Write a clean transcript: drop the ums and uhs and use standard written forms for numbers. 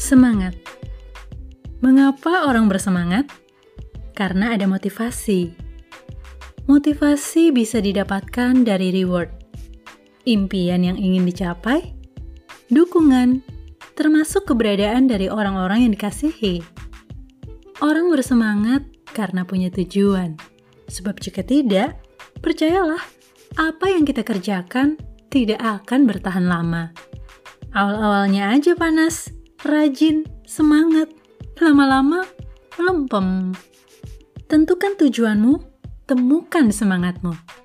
Semangat. Mengapa orang bersemangat? Karena ada motivasi. Motivasi bisa didapatkan dari reward, impian yang ingin dicapai, dukungan, termasuk keberadaan dari orang-orang yang dikasihi. Orang bersemangat karena punya tujuan. Sebab jika tidak, percayalah, apa yang kita kerjakan tidak akan bertahan lama. Awal-awalnya aja panas, rajin, semangat, lama-lama melempem. Tentukan tujuanmu, temukan semangatmu.